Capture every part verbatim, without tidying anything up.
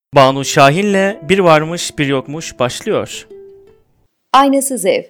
Banu Şahin'le Bir Varmış Bir Yokmuş başlıyor. Aynasız Ev.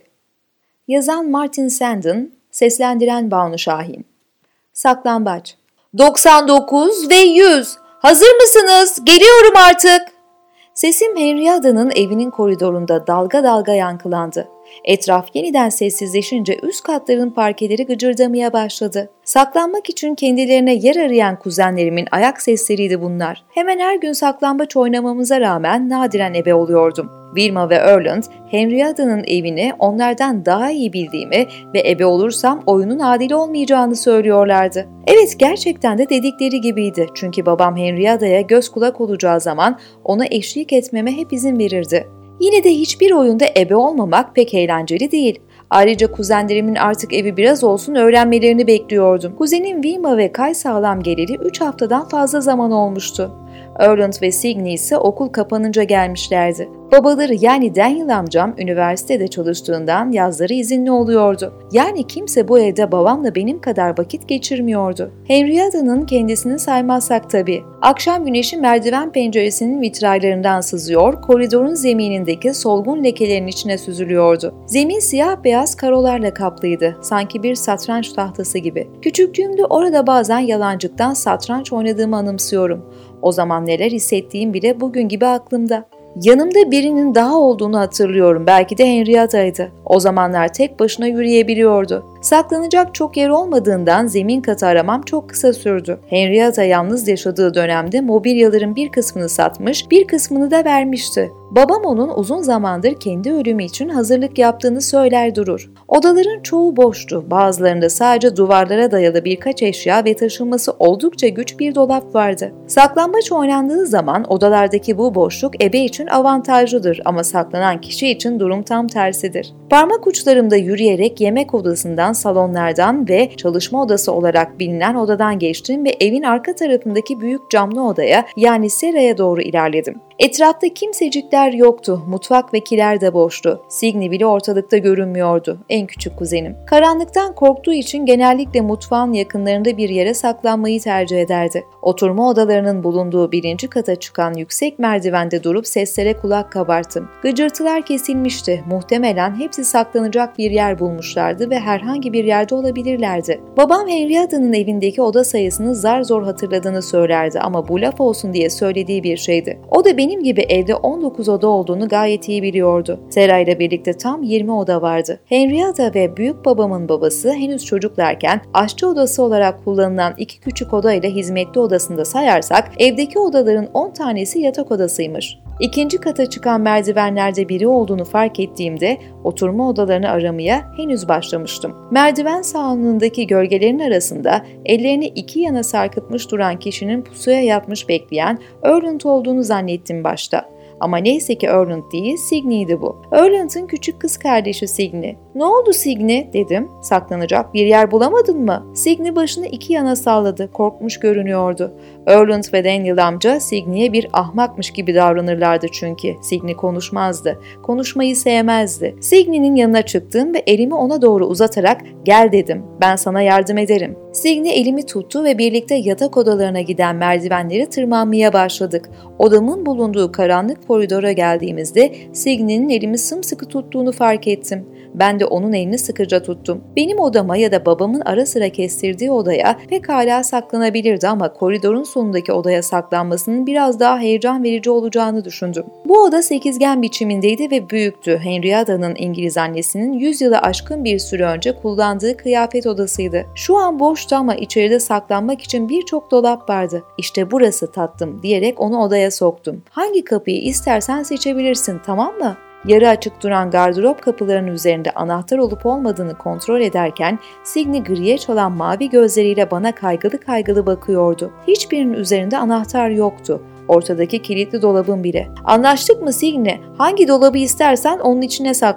Yazan Martin Sandon, seslendiren Banu Şahin. Saklambaç. doksan dokuz ve yüz. Hazır mısınız? Geliyorum artık. Sesim Henriada'nın evinin koridorunda dalga dalga yankılandı. Etraf yeniden sessizleşince üst katların parkeleri gıcırdamaya başladı. Saklanmak için kendilerine yer arayan kuzenlerimin ayak sesleriydi bunlar. Hemen her gün saklambaç oynamamıza rağmen nadiren ebe oluyordum. Wilma ve Erland, Henriada'nın evini onlardan daha iyi bildiğimi ve ebe olursam oyunun adil olmayacağını söylüyorlardı. Evet, gerçekten de dedikleri gibiydi. Çünkü babam Henriada'ya göz kulak olacağı zaman ona eşlik etmeme hep izin verirdi. Yine de hiçbir oyunda ebe olmamak pek eğlenceli değil. Ayrıca kuzenlerimin artık evi biraz olsun öğrenmelerini bekliyordum. Kuzenim Wilma ve Kay sağlam geleli üç haftadan fazla zaman olmuştu. Erland ve Signe ise okul kapanınca gelmişlerdi. Babaları yani Daniel amcam üniversitede çalıştığından yazları izinli oluyordu. Yani kimse bu evde babamla benim kadar vakit geçirmiyordu. Henriada'nın kendisini saymazsak tabii. Akşam güneşi merdiven penceresinin vitraylarından sızıyor, koridorun zeminindeki solgun lekelerin içine süzülüyordu. Zemin siyah beyaz karolarla kaplıydı, sanki bir satranç tahtası gibi. Küçüklüğümde orada bazen yalancıktan satranç oynadığımı anımsıyorum. O zaman neler hissettiğim bile bugün gibi aklımda. Yanımda birinin daha olduğunu hatırlıyorum. Belki de Henriada'ydı. O zamanlar tek başına yürüyebiliyordu. Saklanacak çok yer olmadığından zemin katı aramam çok kısa sürdü. Henriada yalnız yaşadığı dönemde mobilyaların bir kısmını satmış, bir kısmını da vermişti. Babam onun uzun zamandır kendi ölümü için hazırlık yaptığını söyler durur. Odaların çoğu boştu. Bazılarında sadece duvarlara dayalı birkaç eşya ve taşınması oldukça güç bir dolap vardı. Saklambaç oynandığı zaman odalardaki bu boşluk ebe için avantajlıdır ama saklanan kişi için durum tam tersidir. Parmak uçlarımda yürüyerek yemek odasından, salonlardan ve çalışma odası olarak bilinen odadan geçtim ve evin arka tarafındaki büyük camlı odaya yani seraya doğru ilerledim. Etrafta kimsecikler yoktu, mutfak ve kiler de boştu. Signe bile ortalıkta görünmüyordu, en küçük kuzenim. Karanlıktan korktuğu için genellikle mutfağın yakınlarında bir yere saklanmayı tercih ederdi. Oturma odalarının bulunduğu birinci kata çıkan yüksek merdivende durup seslere kulak kabarttım. Gıcırtılar kesilmişti, muhtemelen hepsi saklanacak bir yer bulmuşlardı ve herhangi bir yerde olabilirlerdi. Babam Henriada'nın evindeki oda sayısını zar zor hatırladığını söylerdi ama bu laf olsun diye söylediği bir şeydi. O da benim gibi evde on dokuz oda olduğunu gayet iyi biliyordu. Sera ile birlikte tam yirmi oda vardı. Henriada ve büyük babamın babası henüz çocuklarken aşçı odası olarak kullanılan iki küçük oda ile hizmetli odasını da sayarsak evdeki odaların on tanesi yatak odasıymış. İkinci kata çıkan merdivenlerde biri olduğunu fark ettiğimde oturma odalarını aramaya henüz başlamıştım. Merdiven sağlığındaki gölgelerin arasında ellerini iki yana sarkıtmış duran kişinin pusuya yatmış bekleyen Erland olduğunu zannettim başta. Ama neyse ki Erland değil, Signe'ydi bu. Erland'ın küçük kız kardeşi Signe. "Ne oldu Signe?" dedim. "Saklanacak bir yer bulamadın mı?" Signe başını iki yana salladı. Korkmuş görünüyordu. Erland ve Daniel amca Signe'ye bir ahmakmış gibi davranırlardı çünkü. Signe konuşmazdı. Konuşmayı sevmezdi. Signe'nin yanına çıktım ve elimi ona doğru uzatarak "Gel" dedim. "Ben sana yardım ederim." Signe elimi tuttu ve birlikte yatak odalarına giden merdivenleri tırmanmaya başladık. Odamın bulunduğu karanlık koridora geldiğimizde Signe'nin elimi sımsıkı tuttuğunu fark ettim. Ben de onun elini sıkıca tuttum. Benim odama ya da babamın ara sıra kestirdiği odaya pekala saklanabilirdi ama koridorun sonundaki odaya saklanmasının biraz daha heyecan verici olacağını düşündüm. Bu oda sekizgen biçimindeydi ve büyüktü. Henriada'nın İngiliz annesinin yüz yılı aşkın bir süre önce kullandığı kıyafet odasıydı. Şu an boştu ama içeride saklanmak için birçok dolap vardı. "İşte burası tatlım" diyerek onu odaya soktum. "Hangi kapıyı istersen seçebilirsin, tamam mı?" Yarı açık duran gardırop kapılarının üzerinde anahtar olup olmadığını kontrol ederken Signe griye çalan mavi gözleriyle bana kaygılı kaygılı bakıyordu. Hiçbirinin üzerinde anahtar yoktu. Ortadaki kilitli dolabın bile. "Anlaştık mı Signe? Hangi dolabı istersen onun içine saklan."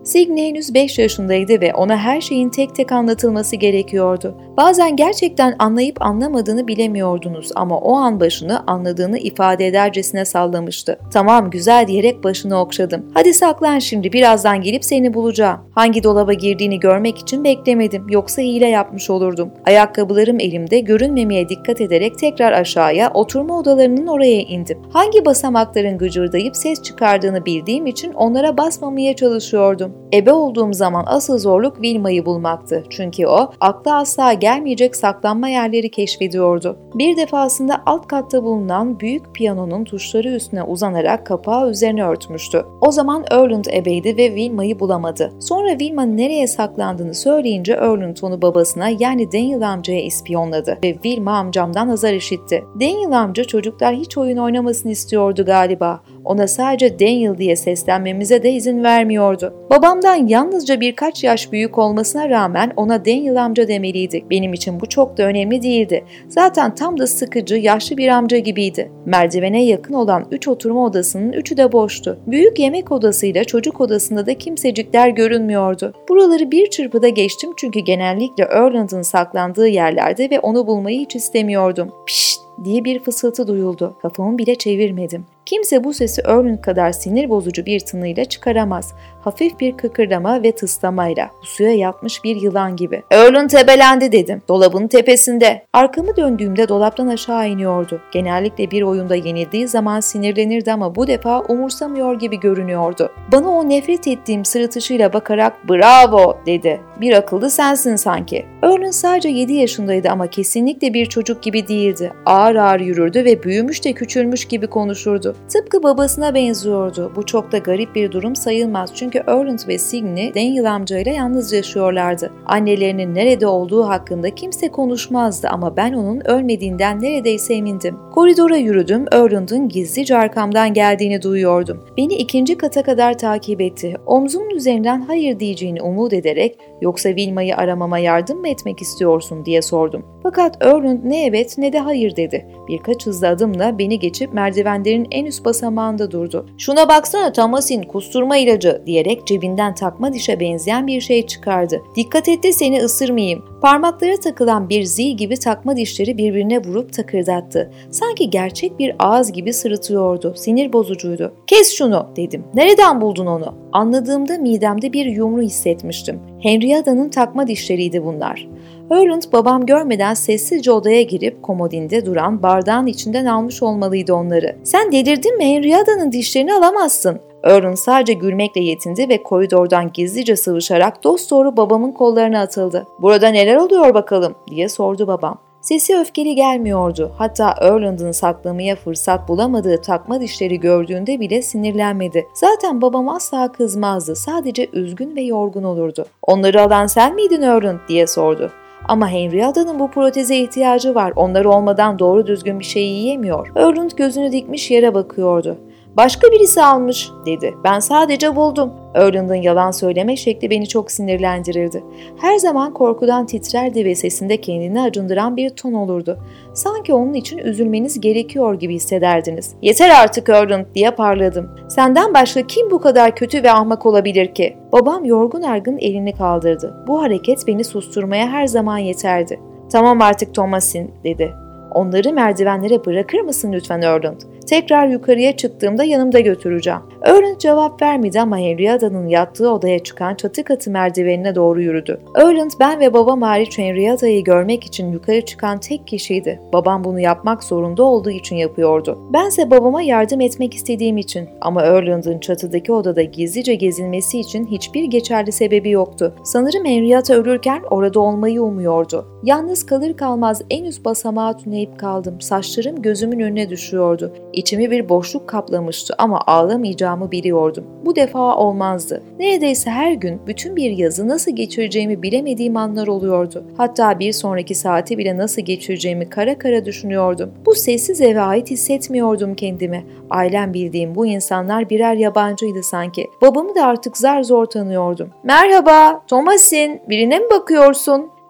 Signe henüz beş yaşındaydı ve ona her şeyin tek tek anlatılması gerekiyordu. Bazen gerçekten anlayıp anlamadığını bilemiyordunuz ama o an başını anladığını ifade edercesine sallamıştı. "Tamam, güzel," diyerek başını okşadım. "Hadi saklan şimdi, birazdan gelip seni bulacağım." Hangi dolaba girdiğini görmek için beklemedim, yoksa hile yapmış olurdum. Ayakkabılarım elimde, görünmemeye dikkat ederek tekrar aşağıya, oturma odalarının oraya indim. Hangi basamakların gıcırdayıp ses çıkardığını bildiğim için onlara basmamaya çalışıyordum. Ebe olduğum zaman asıl zorluk Vilma'yı bulmaktı. Çünkü o, akla asla gelmeyecek saklanma yerleri keşfediyordu. Bir defasında alt katta bulunan büyük piyanonun tuşları üstüne uzanarak kapağı üzerine örtmüştü. O zaman Erland ebeydi ve Vilma'yı bulamadı. Sonra Vilma'nın nereye saklandığını söyleyince Erland onu babasına, yani Daniel amcaya ispiyonladı ve Vilma amcamdan azar işitti. Daniel amca çocuklar hiç oyun oynamasını istiyordu galiba. Ona sadece Daniel diye seslenmemize de izin vermiyordu. Babamdan yalnızca birkaç yaş büyük olmasına rağmen ona Daniel amca demeliydik. Benim için bu çok da önemli değildi. Zaten tam da sıkıcı, yaşlı bir amca gibiydi. Merdivene yakın olan üç oturma odasının üçü de boştu. Büyük yemek odasıyla çocuk odasında da kimsecikler görünmüyordu. Buraları bir çırpıda geçtim çünkü genellikle Erland'ın saklandığı yerlerde ve onu bulmayı hiç istemiyordum. "Pişt!" diye bir fısıltı duyuldu. Kafamı bile çevirmedim. Kimse bu sesi Erland kadar sinir bozucu bir tınıyla çıkaramaz. Hafif bir kıkırdama ve tıslamayla. Bu suya yatmış bir yılan gibi. "Erland tepelendi," dedim. "Dolabın tepesinde." Arkamı döndüğümde dolaptan aşağı iniyordu. Genellikle bir oyunda yenildiği zaman sinirlenirdi ama bu defa umursamıyor gibi görünüyordu. Bana o nefret ettiğim sırıtışıyla bakarak "Bravo," dedi. "Bir akıllı sensin sanki." Erland sadece yedi yaşındaydı ama kesinlikle bir çocuk gibi değildi. Ağır ağır yürürdü ve büyümüş de küçülmüş gibi konuşurdu. Tıpkı babasına benziyordu. Bu çok da garip bir durum sayılmaz çünkü Erland ve Signe Daniel amcayla yalnız yaşıyorlardı. Annelerinin nerede olduğu hakkında kimse konuşmazdı ama ben onun ölmediğinden neredeyse emindim. Koridora yürüdüm, Erland'ın gizlice arkamdan geldiğini duyuyordum. Beni ikinci kata kadar takip etti. Omzumun üzerinden hayır diyeceğini umut ederek "Yoksa Vilma'yı aramama yardım mı etmek istiyorsun?" diye sordum. Fakat Erland ne evet ne de hayır dedi. Birkaç hızlı adımla beni geçip merdivenlerin en üst basamağında durdu. "Şuna baksana Thomasin, kusturma ilacı," diyerek cebinden takma dişe benzeyen bir şey çıkardı. "Dikkat et de seni ısırmayayım." Parmaklara takılan bir zil gibi takma dişleri birbirine vurup takırdattı. Sanki gerçek bir ağız gibi sırıtıyordu. Sinir bozucuydu. "Kes şunu," dedim. "Nereden buldun onu?" Anladığımda midemde bir yumru hissetmiştim. Henriatta'nın takma dişleriydi bunlar. Erland babam görmeden sessizce odaya girip komodinde duran bardağın içinden almış olmalıydı onları. "Sen delirdin mi? Henriatta'nın dişlerini alamazsın." Erland sadece gülmekle yetindi ve koridordan gizlice sıvışarak dosdoğru babamın kollarına atıldı. "Burada neler oluyor bakalım?" diye sordu babam. Sesi öfkeli gelmiyordu. Hatta Erland'ın saklamaya fırsat bulamadığı takma dişleri gördüğünde bile sinirlenmedi. Zaten babam asla kızmazdı. Sadece üzgün ve yorgun olurdu. "Onları alan sen miydin Erland?" diye sordu. "Ama Henriatta'nın bu proteze ihtiyacı var. Onları olmadan doğru düzgün bir şey yiyemiyor." Erland gözünü dikmiş yere bakıyordu. "Başka birisi almış," dedi. "Ben sadece buldum." Erland'ın yalan söyleme şekli beni çok sinirlendirirdi. Her zaman korkudan titrerdi ve sesinde kendini acındıran bir ton olurdu. Sanki onun için üzülmeniz gerekiyor gibi hissederdiniz. "Yeter artık Erland," diye parladım. "Senden başka kim bu kadar kötü ve ahmak olabilir ki?" Babam yorgun argın elini kaldırdı. Bu hareket beni susturmaya her zaman yeterdi. "Tamam artık Thomasin," dedi. "Onları merdivenlere bırakır mısın lütfen Erland? Tekrar yukarıya çıktığımda yanımda götüreceğim." Erland cevap vermedi ama Henriatta'nın yattığı odaya çıkan çatı katı merdivenine doğru yürüdü. Erland ben ve babam hariç Henriatta'yı görmek için yukarı çıkan tek kişiydi. Babam bunu yapmak zorunda olduğu için yapıyordu. Bense babama yardım etmek istediğim için, ama Erland'ın çatıdaki odada gizlice gezinmesi için hiçbir geçerli sebebi yoktu. Sanırım Henriatta ölürken orada olmayı umuyordu. Yalnız kalır kalmaz en üst basamağa tüneyip kaldım. Saçlarım gözümün önüne düşüyordu. İçimi bir boşluk kaplamıştı ama ağlamayacağımı biliyordum. Bu defa olmazdı. Neredeyse her gün bütün bir yazı nasıl geçireceğimi bilemediğim anlar oluyordu. Hatta bir sonraki saati bile nasıl geçireceğimi kara kara düşünüyordum. Bu sessiz eve ait hissetmiyordum kendimi. Ailem bildiğim bu insanlar birer yabancıydı sanki. Babamı da artık zar zor tanıyordum. "Merhaba, Thomasin, birine mi bakıyorsun?"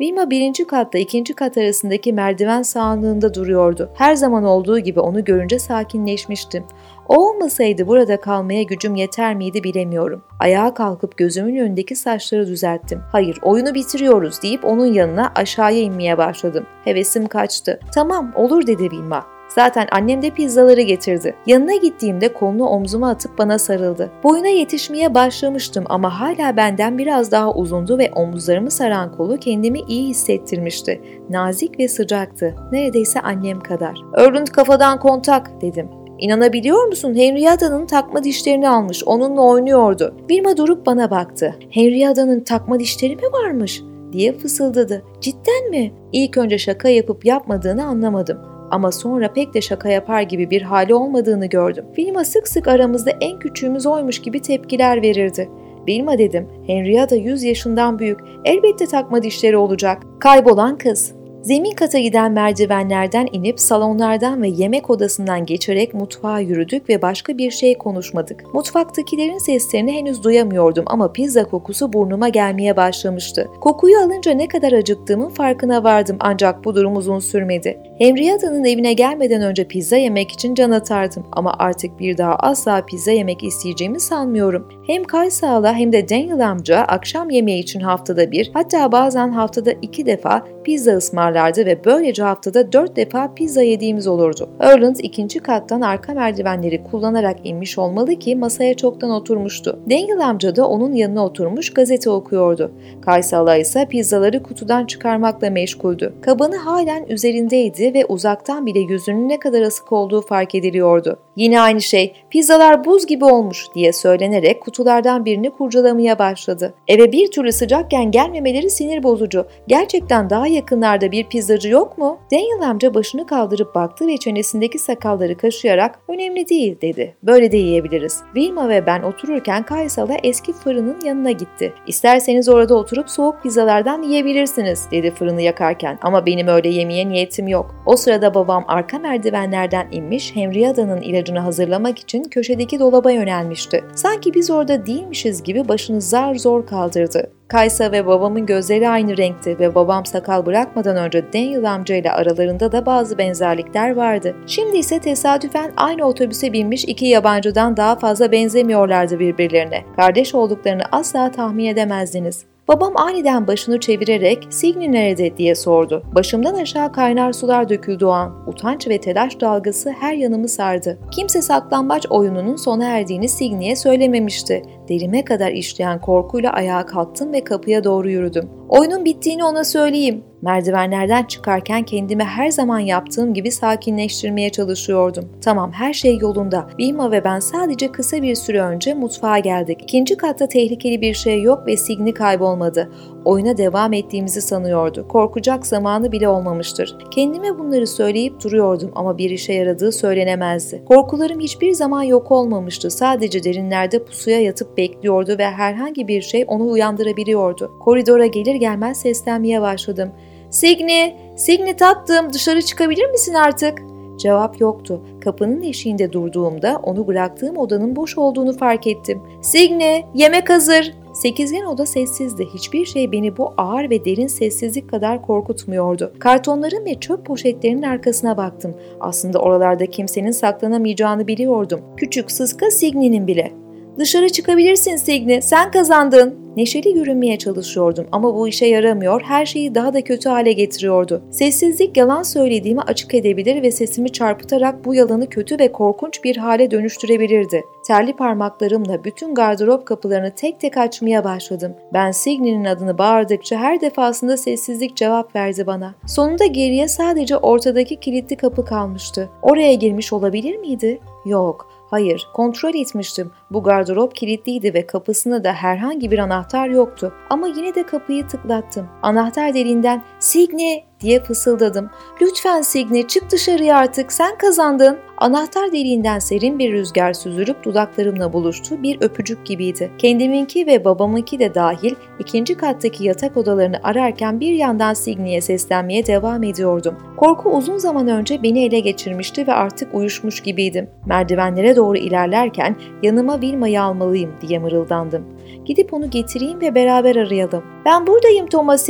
Vilma birinci katla ikinci kat arasındaki merdiven sağanlığında duruyordu. Her zaman olduğu gibi onu görünce sakinleşmiştim. O olmasaydı burada kalmaya gücüm yeter miydi bilemiyorum. Ayağa kalkıp gözümün önündeki saçları düzelttim. Hayır, oyunu bitiriyoruz deyip onun yanına aşağıya inmeye başladım. Hevesim kaçtı. Tamam, olur dedi Vilma. Zaten annem de pizzaları getirdi. Yanına gittiğimde kolunu omzuma atıp bana sarıldı. Boyuna yetişmeye başlamıştım ama hala benden biraz daha uzundu ve omuzlarımı saran kolu kendimi iyi hissettirmişti. Nazik ve sıcaktı. Neredeyse annem kadar. "Erland kafadan kontak," dedim. "İnanabiliyor musun? Henriatta'nın takma dişlerini almış. Onunla oynuyordu." Vilma durup bana baktı. "Henriatta'nın takma dişleri mi varmış?" diye fısıldadı. "Cidden mi?" İlk önce şaka yapıp yapmadığını anlamadım. Ama sonra pek de şaka yapar gibi bir hali olmadığını gördüm. Vilma sık sık aramızda en küçüğümüz oymuş gibi tepkiler verirdi. "Vilma," dedim, "Henriatta yüz yaşından büyük. Elbette takma dişleri olacak." Kaybolan kız. Zemin kata giden merdivenlerden inip salonlardan ve yemek odasından geçerek mutfağa yürüdük ve başka bir şey konuşmadık. Mutfaktakilerin seslerini henüz duyamıyordum ama pizza kokusu burnuma gelmeye başlamıştı. Kokuyu alınca ne kadar acıktığımın farkına vardım ancak bu durum uzun sürmedi. Henrietta'nın evine gelmeden önce pizza yemek için can atardım ama artık bir daha asla pizza yemek isteyeceğimi sanmıyorum. Hem Kaysal'la hem de Daniel amca akşam yemeği için haftada bir, hatta bazen haftada iki defa pizza ısmarlardı ve böylece haftada dört defa pizza yediğimiz olurdu. Erland ikinci kattan arka merdivenleri kullanarak inmiş olmalı ki masaya çoktan oturmuştu. Daniel amca da onun yanına oturmuş gazete okuyordu. Kaysal'a ise pizzaları kutudan çıkarmakla meşguldü. Kabanı halen üzerindeydi ve uzaktan bile yüzünün ne kadar asık olduğu fark ediliyordu. "Yine aynı şey, pizzalar buz gibi olmuş," diye söylenerek kutulardan birini kurcalamaya başladı. "Eve bir türlü sıcakken gelmemeleri sinir bozucu. Gerçekten daha yakınlarda bir pizzacı yok mu?" Daniel amca başını kaldırıp baktı ve çenesindeki sakalları kaşıyarak "Önemli değil," dedi. "Böyle de yiyebiliriz." Vilma ve ben otururken Kaysal'a eski fırının yanına gitti. "İsterseniz orada oturup soğuk pizzalardan yiyebilirsiniz," dedi fırını yakarken, "ama benim öyle yemeye niyetim yok." O sırada babam arka merdivenlerden inmiş, Henrietta'nın ilacını hazırlamak için köşedeki dolaba yönelmişti. Sanki biz orada değilmişiz gibi başını zar zor kaldırdı. Kaysa ve babamın gözleri aynı renkti ve babam sakal bırakmadan önce Daniel amcayla aralarında da bazı benzerlikler vardı. Şimdi ise tesadüfen aynı otobüse binmiş iki yabancıdan daha fazla benzemiyorlardı birbirlerine. Kardeş olduklarını asla tahmin edemezdiniz. Babam aniden başını çevirerek "Signy nerede?" diye sordu. Başımdan aşağı kaynar sular döküldü o an. Utanç ve telaş dalgası her yanımı sardı. Kimse saklambaç oyununun sona erdiğini Signy'ye söylememişti. Derime kadar işleyen korkuyla ayağa kalktım ve kapıya doğru yürüdüm. "Oyunun bittiğini ona söyleyeyim." Merdivenlerden çıkarken kendimi her zaman yaptığım gibi sakinleştirmeye çalışıyordum. Tamam, her şey yolunda. Vilma ve ben sadece kısa bir süre önce mutfağa geldik. İkinci katta tehlikeli bir şey yok ve Signy kaybolmadı. Oyuna devam ettiğimizi sanıyordu. Korkacak zamanı bile olmamıştır. Kendime bunları söyleyip duruyordum ama bir işe yaradığı söylenemezdi. Korkularım hiçbir zaman yok olmamıştı. Sadece derinlerde pusuya yatıp bekliyordu ve herhangi bir şey onu uyandırabiliyordu. Koridora gelir gelmez seslenmeye başladım. "Signy, Signy tatlım, dışarı çıkabilir misin artık?" Cevap yoktu. Kapının eşiğinde durduğumda onu bıraktığım odanın boş olduğunu fark ettim. "Signy, yemek hazır." Sekizgen oda sessizdi. Hiçbir şey beni bu ağır ve derin sessizlik kadar korkutmuyordu. Kartonların ve çöp poşetlerinin arkasına baktım. Aslında oralarda kimsenin saklanamayacağını biliyordum. Küçük sıska Signy'nin bile. "Dışarı çıkabilirsin Signy, sen kazandın." Neşeli görünmeye çalışıyordum ama bu işe yaramıyor, her şeyi daha da kötü hale getiriyordu. Sessizlik yalan söylediğimi açık edebilir ve sesimi çarpıtarak bu yalanı kötü ve korkunç bir hale dönüştürebilirdi. Terli parmaklarımla bütün gardırop kapılarını tek tek açmaya başladım. Ben Signy'nin adını bağırdıkça her defasında sessizlik cevap verdi bana. Sonunda geriye sadece ortadaki kilitli kapı kalmıştı. Oraya girmiş olabilir miydi? Yok. Hayır, kontrol etmiştim. Bu gardırop kilitliydi ve kapısında da herhangi bir anahtar yoktu. Ama yine de kapıyı tıklattım. Anahtar deliğinden "Signy!" diye fısıldadım. "Lütfen Signy, çık dışarıya artık, sen kazandın." Anahtar deliğinden serin bir rüzgar süzülüp dudaklarımla buluştu, bir öpücük gibiydi. Kendiminki ve babamınki de dahil ikinci kattaki yatak odalarını ararken bir yandan Signy'ye seslenmeye devam ediyordum. Korku uzun zaman önce beni ele geçirmişti ve artık uyuşmuş gibiydim. Merdivenlere doğru ilerlerken yanıma Vilma'yı almalıyım diye mırıldandım. "Gidip onu getireyim ve beraber arayalım." "Ben buradayım Thomas'in."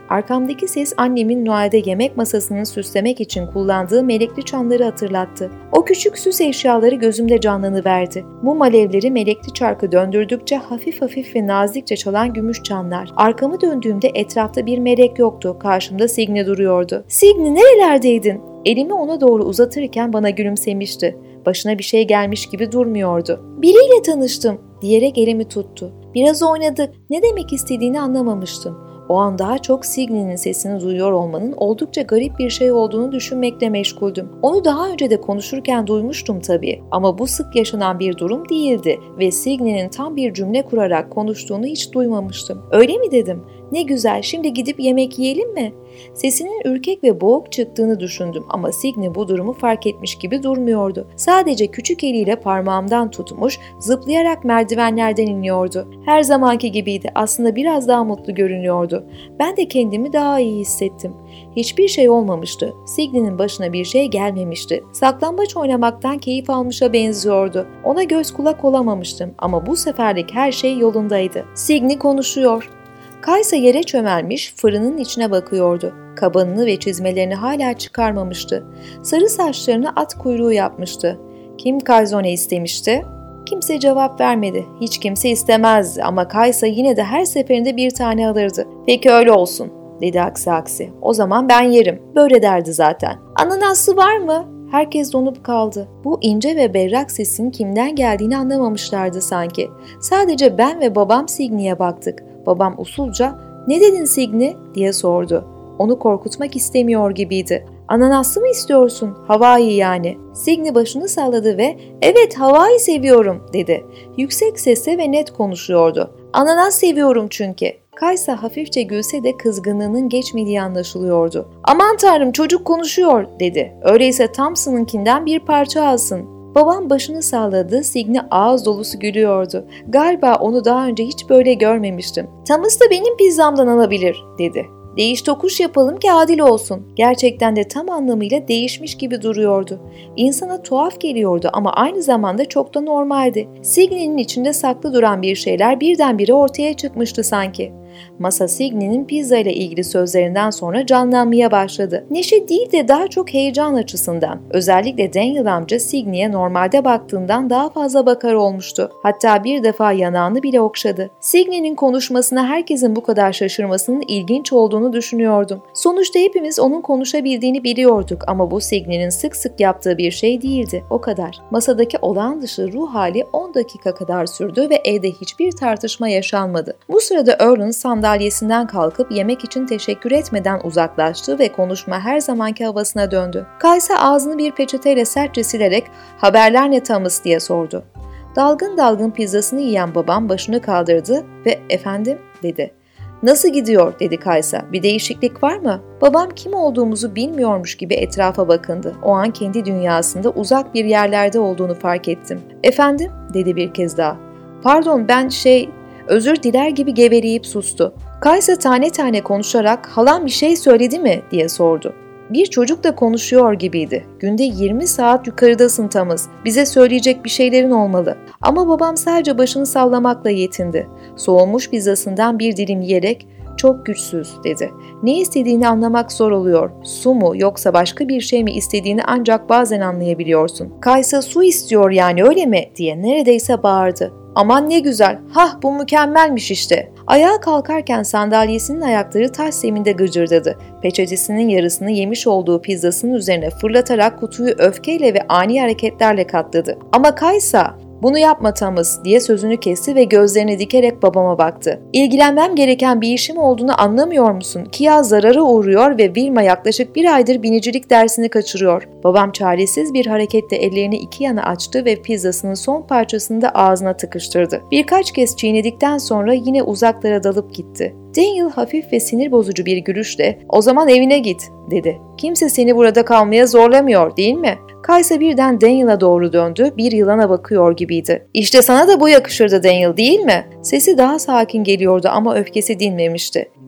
Arkamdaki ses annemin Noel'de yemek masasını süslemek için kullandığı melekli çanları hatırlattı. O küçük süs eşyaları gözümde canlanıverdi. Mum alevleri melekli çarkı döndürdükçe hafif hafif ve nazikçe çalan gümüş çanlar. Arkamı döndüğümde etrafta bir melek yoktu. Karşımda Signe duruyordu. "Signe, nerelerdeydin?" Elimi ona doğru uzatırken bana gülümsemişti. Başına bir şey gelmiş gibi durmuyordu. "Biriyle tanıştım," diyerek elimi tuttu. Biraz oynadık. Ne demek istediğini anlamamıştım. O an daha çok Signe'nin sesini duyuyor olmanın oldukça garip bir şey olduğunu düşünmekle meşguldüm. Onu daha önce de konuşurken duymuştum tabii, ama bu sık yaşanan bir durum değildi ve Signe'nin tam bir cümle kurarak konuştuğunu hiç duymamıştım. "Öyle mi?" dedim. "Ne güzel, şimdi gidip yemek yiyelim mi?" Sesinin ürkek ve boğuk çıktığını düşündüm ama Signe bu durumu fark etmiş gibi durmuyordu. Sadece küçük eliyle parmağımdan tutmuş, zıplayarak merdivenlerden iniyordu. Her zamanki gibiydi, aslında biraz daha mutlu görünüyordu. Ben de kendimi daha iyi hissettim. Hiçbir şey olmamıştı. Signe'nin başına bir şey gelmemişti. Saklambaç oynamaktan keyif almışa benziyordu. Ona göz kulak olamamıştım ama bu seferlik her şey yolundaydı. Signe konuşuyor. Kaysa yere çömelmiş, fırının içine bakıyordu. Kabanını ve çizmelerini hala çıkarmamıştı. Sarı saçlarını at kuyruğu yapmıştı. "Kim kalzone istemişti?" Kimse cevap vermedi. Hiç kimse istemezdi ama Kaysa yine de her seferinde bir tane alırdı. "Peki öyle olsun," dedi aksi aksi. "O zaman ben yerim." Böyle derdi zaten. "Ananaslı var mı?" Herkes donup kaldı. Bu ince ve berrak sesin kimden geldiğini anlamamışlardı sanki. Sadece ben ve babam Signe'ye baktık. Babam usulca "Ne dedin Signe?" diye sordu. Onu korkutmak istemiyor gibiydi. "Ananaslı mı istiyorsun? Hawaii yani." Signe başını salladı ve "Evet, Hawaii seviyorum," dedi. Yüksek sesle ve net konuşuyordu. "Ananas seviyorum çünkü." Kaysa hafifçe gülse de kızgınlığının geçmediği anlaşılıyordu. "Aman tanrım, çocuk konuşuyor," dedi. "Öyleyse Thompson'ınkinden bir parça alsın." Babam başını salladı, Signe ağız dolusu gülüyordu. Galiba onu daha önce hiç böyle görmemiştim. "Thomas da benim pizzamdan alabilir," dedi. "Değiş tokuş yapalım ki adil olsun." Gerçekten de tam anlamıyla değişmiş gibi duruyordu. İnsana tuhaf geliyordu ama aynı zamanda çok da normaldi. Signe'nin içinde saklı duran bir şeyler birdenbire ortaya çıkmıştı sanki. Masa Signe'nin pizza ile ilgili sözlerinden sonra canlanmaya başladı. Neşe değil de daha çok heyecan açısından. Özellikle Daniel amca Signe'ye normalde baktığından daha fazla bakar olmuştu. Hatta bir defa yanağını bile okşadı. Signe'nin konuşmasına herkesin bu kadar şaşırmasının ilginç olduğunu düşünüyordum. Sonuçta hepimiz onun konuşabildiğini biliyorduk ama bu Signe'nin sık sık yaptığı bir şey değildi. O kadar. Masadaki olağan dışı ruh hali on dakika kadar sürdü ve evde hiçbir tartışma yaşanmadı. Bu sırada Earl'ın sandalyesinden kalkıp yemek için teşekkür etmeden uzaklaştı ve konuşma her zamanki havasına döndü. Kaysa ağzını bir peçeteyle sertçe silerek "Haberler ne Thomas?" diye sordu. Dalgın dalgın pizzasını yiyen babam başını kaldırdı ve "Efendim?" dedi. "Nasıl gidiyor?" dedi Kaysa. "Bir değişiklik var mı?" Babam kim olduğumuzu bilmiyormuş gibi etrafa bakındı. O an kendi dünyasında uzak bir yerlerde olduğunu fark ettim. "Efendim?" dedi bir kez daha. "Pardon, ben şey... Özür diler gibi geveleyip sustu. Kaysa tane tane konuşarak "Halam bir şey söyledi mi?" diye sordu. Bir çocukla konuşuyor gibiydi. "Günde yirmi saat yukarıdasın Thomas. Bize söyleyecek bir şeylerin olmalı." Ama babam sadece başını sallamakla yetindi. Soğumuş pizzasından bir dilim yiyerek "Çok güçsüz," dedi. "Ne istediğini anlamak zor oluyor. Su mu yoksa başka bir şey mi istediğini ancak bazen anlayabiliyorsun." "Kaysa su istiyor yani, öyle mi?" diye neredeyse bağırdı. "Aman ne güzel. Hah, bu mükemmelmiş işte." Ayağa kalkarken sandalyesinin ayakları taş zeminde gıcırdadı. Peçetesinin yarısını yemiş olduğu pizzasının üzerine fırlatarak kutuyu öfkeyle ve ani hareketlerle katladı. "Ama Kaysa..." "Bunu yapma Thomas," diye sözünü kesti ve gözlerini dikerek babama baktı. "İlgilenmem gereken bir işim olduğunu anlamıyor musun? Kia zarara uğruyor ve Vilma yaklaşık bir aydır binicilik dersini kaçırıyor." Babam çaresiz bir hareketle ellerini iki yana açtı ve pizzasının son parçasını da ağzına tıkıştırdı. Birkaç kez çiğnedikten sonra yine uzaklara dalıp gitti. Daniel hafif ve sinir bozucu bir gülüşle "O zaman evine git," dedi. "Kimse seni burada kalmaya zorlamıyor, değil mi?" Kaysa birden Daniel'a doğru döndü, bir yılana bakıyor gibiydi. "İşte sana da bu yakışırdı Daniel, değil mi?" Sesi daha sakin geliyordu ama öfkesi dinmemişti.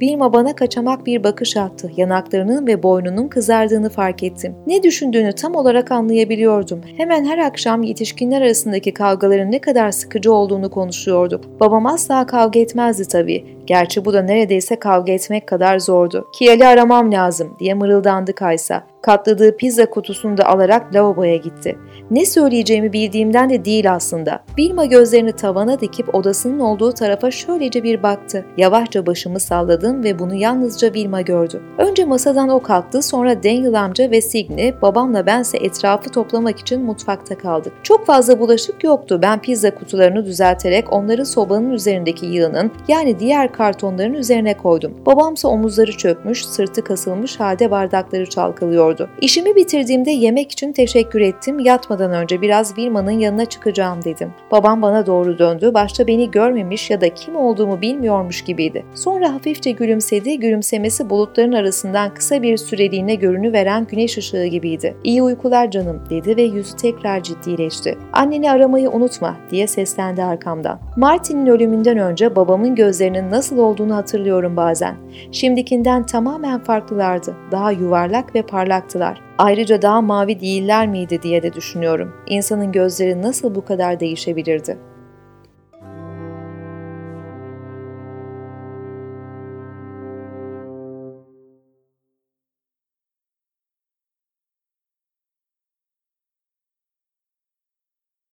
Vilma bana kaçamak bir bakış attı. Yanaklarının ve boynunun kızardığını fark ettim. Ne düşündüğünü tam olarak anlayabiliyordum. Hemen her akşam yetişkinler arasındaki kavgaların ne kadar sıkıcı olduğunu konuşuyorduk. Babam asla kavga etmezdi tabii. Gerçi bu da neredeyse kavga etmek kadar zordu. Kial'i aramam lazım diye mırıldandı Kaysa. Katladığı pizza kutusunu da alarak lavaboya gitti. Ne söyleyeceğimi bildiğimden de değil aslında. Vilma gözlerini tavana dikip odasının olduğu tarafa şöylece bir baktı. Yavaşça başımı salladım ve bunu yalnızca Vilma gördü. Önce masadan o kalktı, sonra Daniel amca ve Signe, babamla bense etrafı toplamak için mutfakta kaldık. Çok fazla bulaşık yoktu. Ben pizza kutularını düzelterek onları sobanın üzerindeki yığının, yani diğer kartonların üzerine koydum. Babamsa omuzları çökmüş, sırtı kasılmış halde bardakları çalkalıyordu. İşimi bitirdiğimde yemek için teşekkür ettim. Yatmadan önce biraz Vilma'nın yanına çıkacağım dedim. Babam bana doğru döndü. Başta beni görmemiş ya da kim olduğumu bilmiyormuş gibiydi. Sonra hafifçe gülümsedi. Gülümsemesi bulutların arasından kısa bir süreliğine görünüveren güneş ışığı gibiydi. "İyi uykular canım," dedi ve yüzü tekrar ciddileşti. "Anneni aramayı unutma," diye seslendi arkamdan. Martin'in ölümünden önce babamın gözlerinin nasıl olduğunu hatırlıyorum bazen. Şimdikinden tamamen farklılardı. Daha yuvarlak ve parlaktılar. Ayrıca daha mavi değiller miydi diye de düşünüyorum. İnsanın gözleri nasıl bu kadar değişebilirdi?